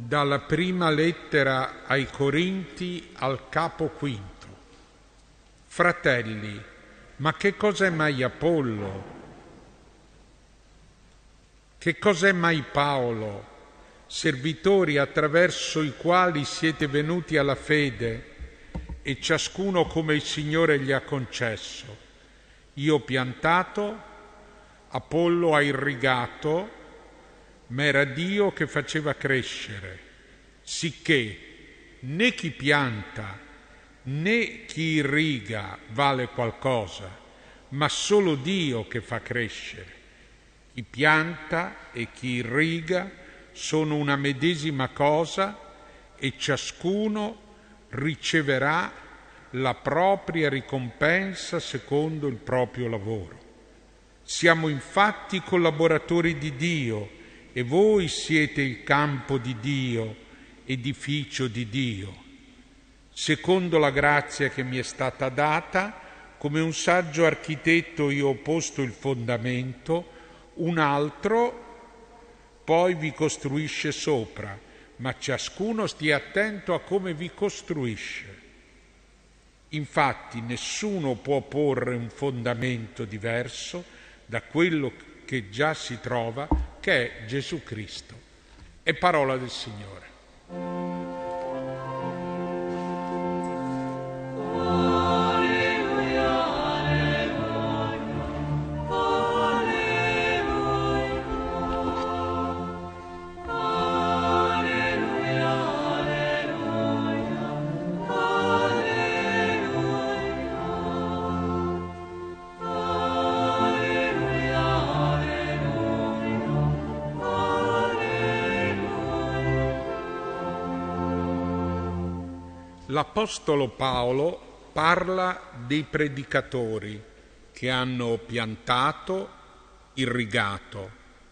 Dalla prima lettera ai Corinti al capo quinto. Fratelli, ma che cos'è mai Apollo? Che cos'è mai Paolo? Servitori attraverso i quali siete venuti alla fede, e ciascuno come il Signore gli ha concesso. Io ho piantato, Apollo ha irrigato, ma era Dio che faceva crescere, sicché né chi pianta né chi irriga vale qualcosa, ma solo Dio che fa crescere. Chi pianta e chi irriga sono una medesima cosa e ciascuno riceverà la propria ricompensa secondo il proprio lavoro. Siamo infatti collaboratori di Dio e voi siete il campo di Dio, edificio di Dio. Secondo la grazia che mi è stata data, come un saggio architetto io ho posto il fondamento, un altro poi vi costruisce sopra, ma ciascuno stia attento a come vi costruisce. Infatti nessuno può porre un fondamento diverso da quello che già si trova, che è Gesù Cristo. È parola del Signore. L'Apostolo Paolo parla dei predicatori che hanno piantato, irrigato,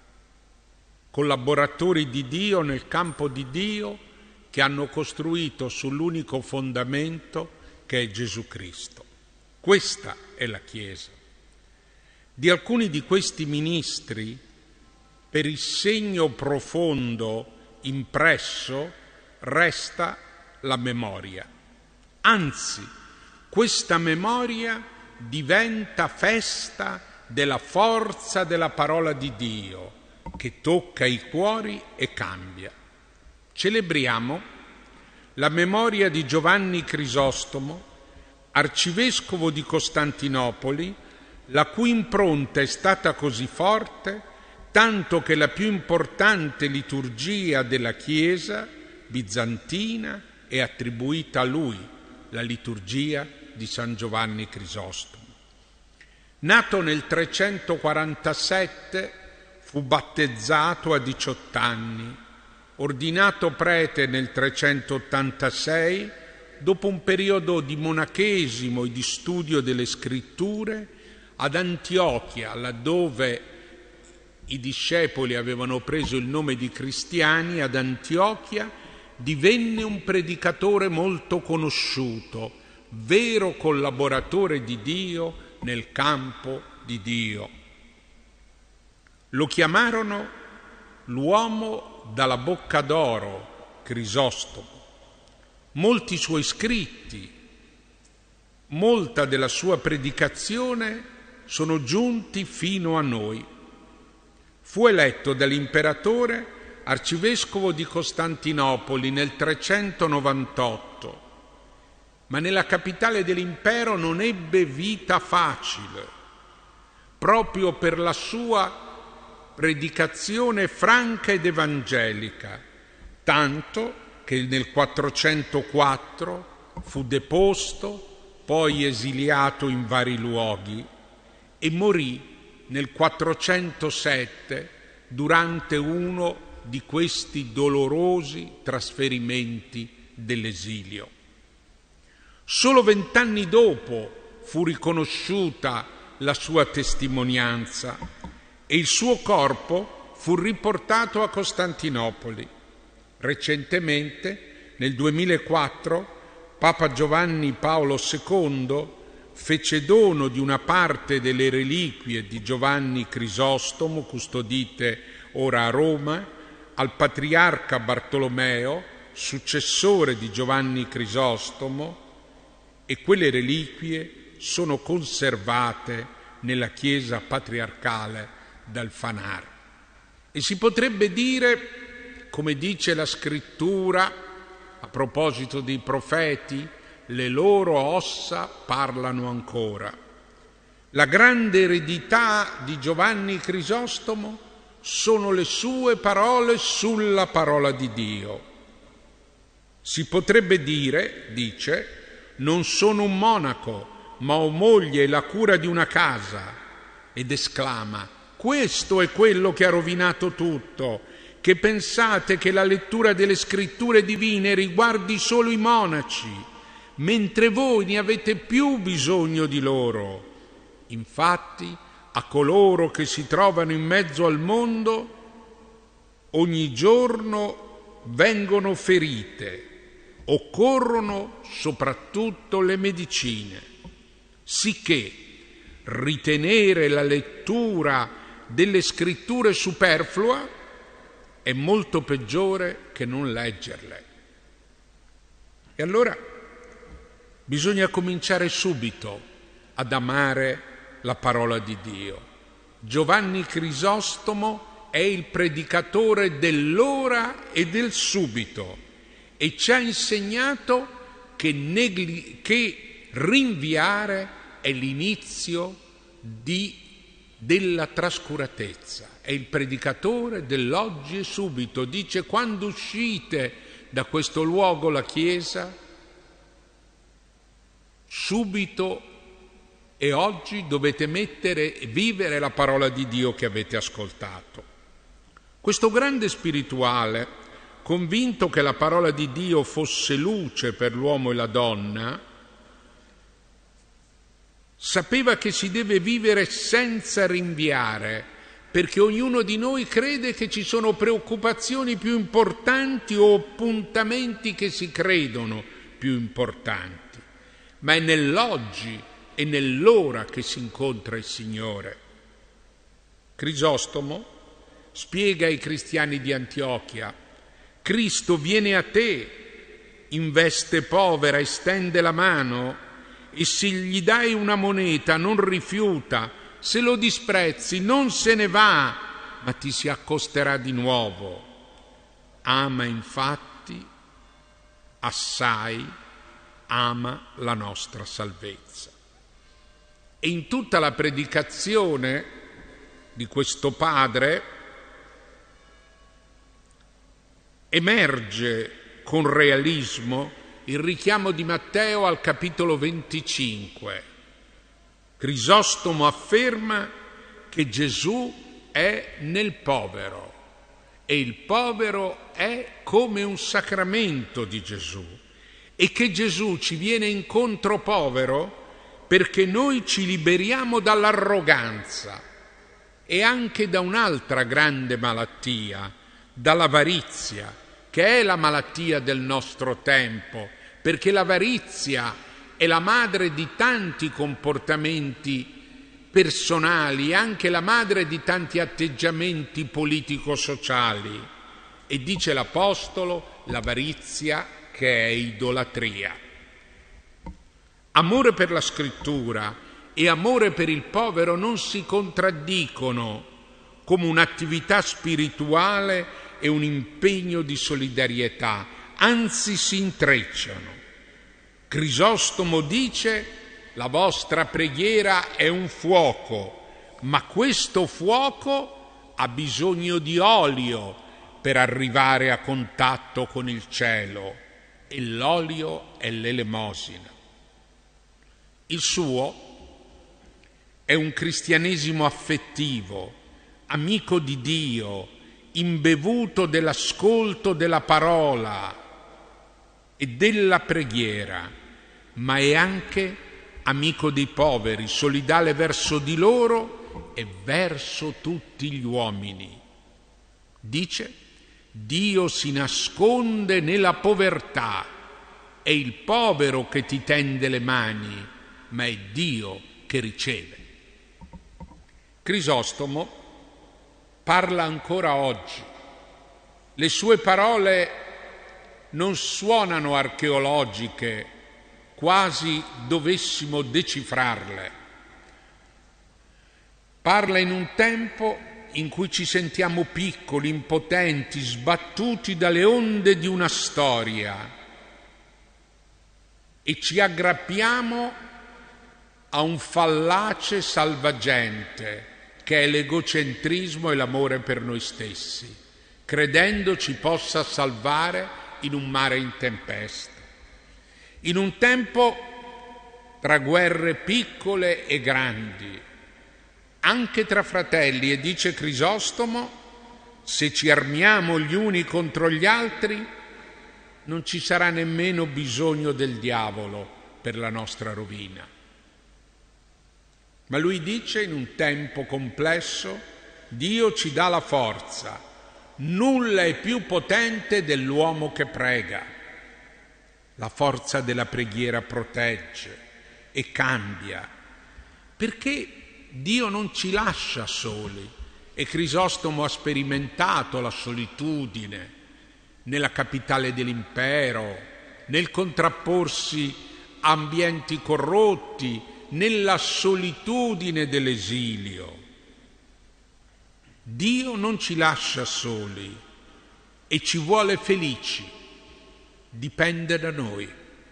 collaboratori di Dio nel campo di Dio che hanno costruito sull'unico fondamento che è Gesù Cristo. Questa è la Chiesa. Di alcuni di questi ministri, per il segno profondo impresso, resta la memoria. Anzi, questa memoria diventa festa della forza della parola di Dio, che tocca i cuori e cambia. Celebriamo la memoria di Giovanni Crisostomo, arcivescovo di Costantinopoli, la cui impronta è stata così forte, tanto che la più importante liturgia della Chiesa bizantina è attribuita a lui, la liturgia di San Giovanni Crisostomo. Nato nel 347, fu battezzato a 18 anni, ordinato prete nel 386, dopo un periodo di monachesimo e di studio delle scritture, ad Antiochia, laddove i discepoli avevano preso il nome di cristiani, ad Antiochia divenne un predicatore molto conosciuto, vero collaboratore di Dio nel campo di Dio. Lo chiamarono l'uomo dalla bocca d'oro, Crisostomo. Molti suoi scritti, molta della sua predicazione sono giunti fino a noi. Fu eletto dall'imperatore arcivescovo di Costantinopoli nel 398, ma nella capitale dell'impero non ebbe vita facile, proprio per la sua predicazione franca ed evangelica, tanto che nel 404 fu deposto, poi esiliato in vari luoghi e morì nel 407 durante uno di questi dolorosi trasferimenti dell'esilio. Solo 20 anni dopo fu riconosciuta la sua testimonianza e il suo corpo fu riportato a Costantinopoli. Recentemente, nel 2004, Papa Giovanni Paolo II fece dono di una parte delle reliquie di Giovanni Crisostomo, custodite ora a Roma, al patriarca Bartolomeo, successore di Giovanni Crisostomo, e quelle reliquie sono conservate nella chiesa patriarcale del Fanar. E si potrebbe dire, come dice la scrittura a proposito dei profeti, le loro ossa parlano ancora. La grande eredità di Giovanni Crisostomo sono le sue parole sulla parola di Dio. Si potrebbe dire, dice, non sono un monaco, ma ho moglie e la cura di una casa, ed esclama: questo è quello che ha rovinato tutto, che pensate che la lettura delle scritture divine riguardi solo i monaci, mentre voi ne avete più bisogno di loro. Infatti, a coloro che si trovano in mezzo al mondo, ogni giorno vengono ferite, occorrono soprattutto le medicine, sicché ritenere la lettura delle scritture superflua è molto peggiore che non leggerle. E allora bisogna cominciare subito ad amare la parola di Dio. Giovanni Crisostomo è il predicatore dell'ora e del subito e ci ha insegnato che rinviare è l'inizio della trascuratezza. È il predicatore dell'oggi e subito. Dice: quando uscite da questo luogo, la Chiesa, subito e oggi dovete mettere e vivere la parola di Dio che avete ascoltato. Questo grande spirituale, convinto che la parola di Dio fosse luce per l'uomo e la donna, sapeva che si deve vivere senza rinviare, perché ognuno di noi crede che ci sono preoccupazioni più importanti o appuntamenti che si credono più importanti, ma è nell'oggi e nell'ora che si incontra il Signore. Crisostomo spiega ai cristiani di Antiochia: Cristo viene a te in veste povera e stende la mano, e se gli dai una moneta non rifiuta, se lo disprezzi non se ne va, ma ti si accosterà di nuovo. Ama infatti assai, ama la nostra salvezza. E in tutta la predicazione di questo padre emerge con realismo il richiamo di Matteo al capitolo 25. Crisostomo afferma che Gesù è nel povero e il povero è come un sacramento di Gesù, e che Gesù ci viene incontro povero perché noi ci liberiamo dall'arroganza e anche da un'altra grande malattia, dall'avarizia, che è la malattia del nostro tempo, perché l'avarizia è la madre di tanti comportamenti personali, anche la madre di tanti atteggiamenti politico-sociali. E dice l'Apostolo, l'avarizia che è idolatria. Amore per la scrittura e amore per il povero non si contraddicono come un'attività spirituale e un impegno di solidarietà, anzi si intrecciano. Crisostomo dice: la vostra preghiera è un fuoco, ma questo fuoco ha bisogno di olio per arrivare a contatto con il cielo, e l'olio è l'elemosina. Il suo è un cristianesimo affettivo, amico di Dio, imbevuto dell'ascolto della parola e della preghiera, ma è anche amico dei poveri, solidale verso di loro e verso tutti gli uomini. Dice: Dio si nasconde nella povertà, è il povero che ti tende le mani, ma è Dio che riceve. Crisostomo parla ancora oggi Le sue parole non suonano archeologiche, quasi dovessimo decifrarle. Parla in un tempo in cui ci sentiamo piccoli, impotenti, sbattuti dalle onde di una storia e ci aggrappiamo a un fallace salvagente che è l'egocentrismo e l'amore per noi stessi, credendo ci possa salvare in un mare in tempesta. In un tempo tra guerre piccole e grandi, anche tra fratelli, e dice Crisostomo, se ci armiamo gli uni contro gli altri, non ci sarà nemmeno bisogno del diavolo per la nostra rovina. Ma lui dice, in un tempo complesso, Dio ci dà la forza, nulla è più potente dell'uomo che prega. La forza della preghiera protegge e cambia, perché Dio non ci lascia soli, e Crisostomo ha sperimentato la solitudine nella capitale dell'impero, nel contrapporsi a ambienti corrotti, nella solitudine dell'esilio. Dio non ci lascia soli e ci vuole felici, dipende da noi.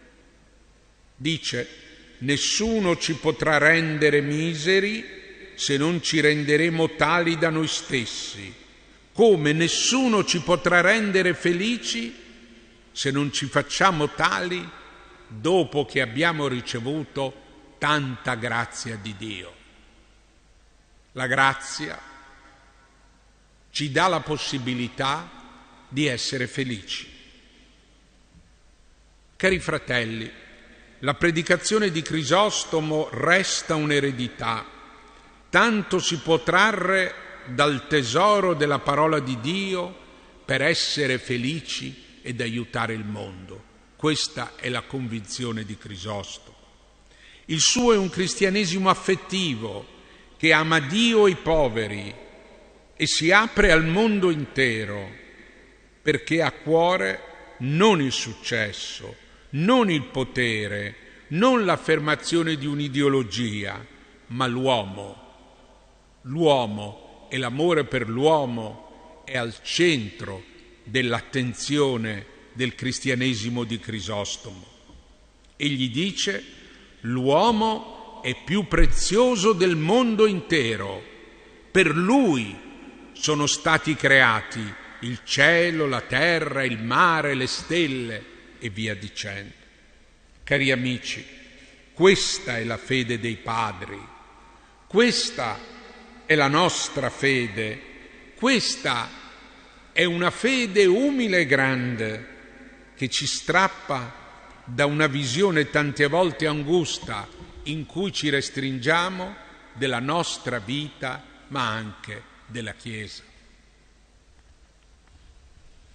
Dice: nessuno ci potrà rendere miseri se non ci renderemo tali da noi stessi, come nessuno ci potrà rendere felici se non ci facciamo tali dopo che abbiamo ricevuto tanta grazia di Dio. La grazia ci dà la possibilità di essere felici. Cari fratelli, la predicazione di Crisostomo resta un'eredità. Tanto si può trarre dal tesoro della parola di Dio per essere felici ed aiutare il mondo. Questa è la convinzione di Crisostomo. Il suo è un cristianesimo affettivo che ama Dio e i poveri e si apre al mondo intero perché ha a cuore non il successo, non il potere, non l'affermazione di un'ideologia, ma l'uomo. L'uomo e l'amore per l'uomo è al centro dell'attenzione del cristianesimo di Crisostomo. Egli dice: l'uomo è più prezioso del mondo intero, per lui sono stati creati il cielo, la terra, il mare, le stelle e via dicendo. Cari amici, questa è la fede dei padri, questa è la nostra fede, questa è una fede umile e grande che ci strappa da una visione tante volte angusta in cui ci restringiamo della nostra vita, ma anche della Chiesa.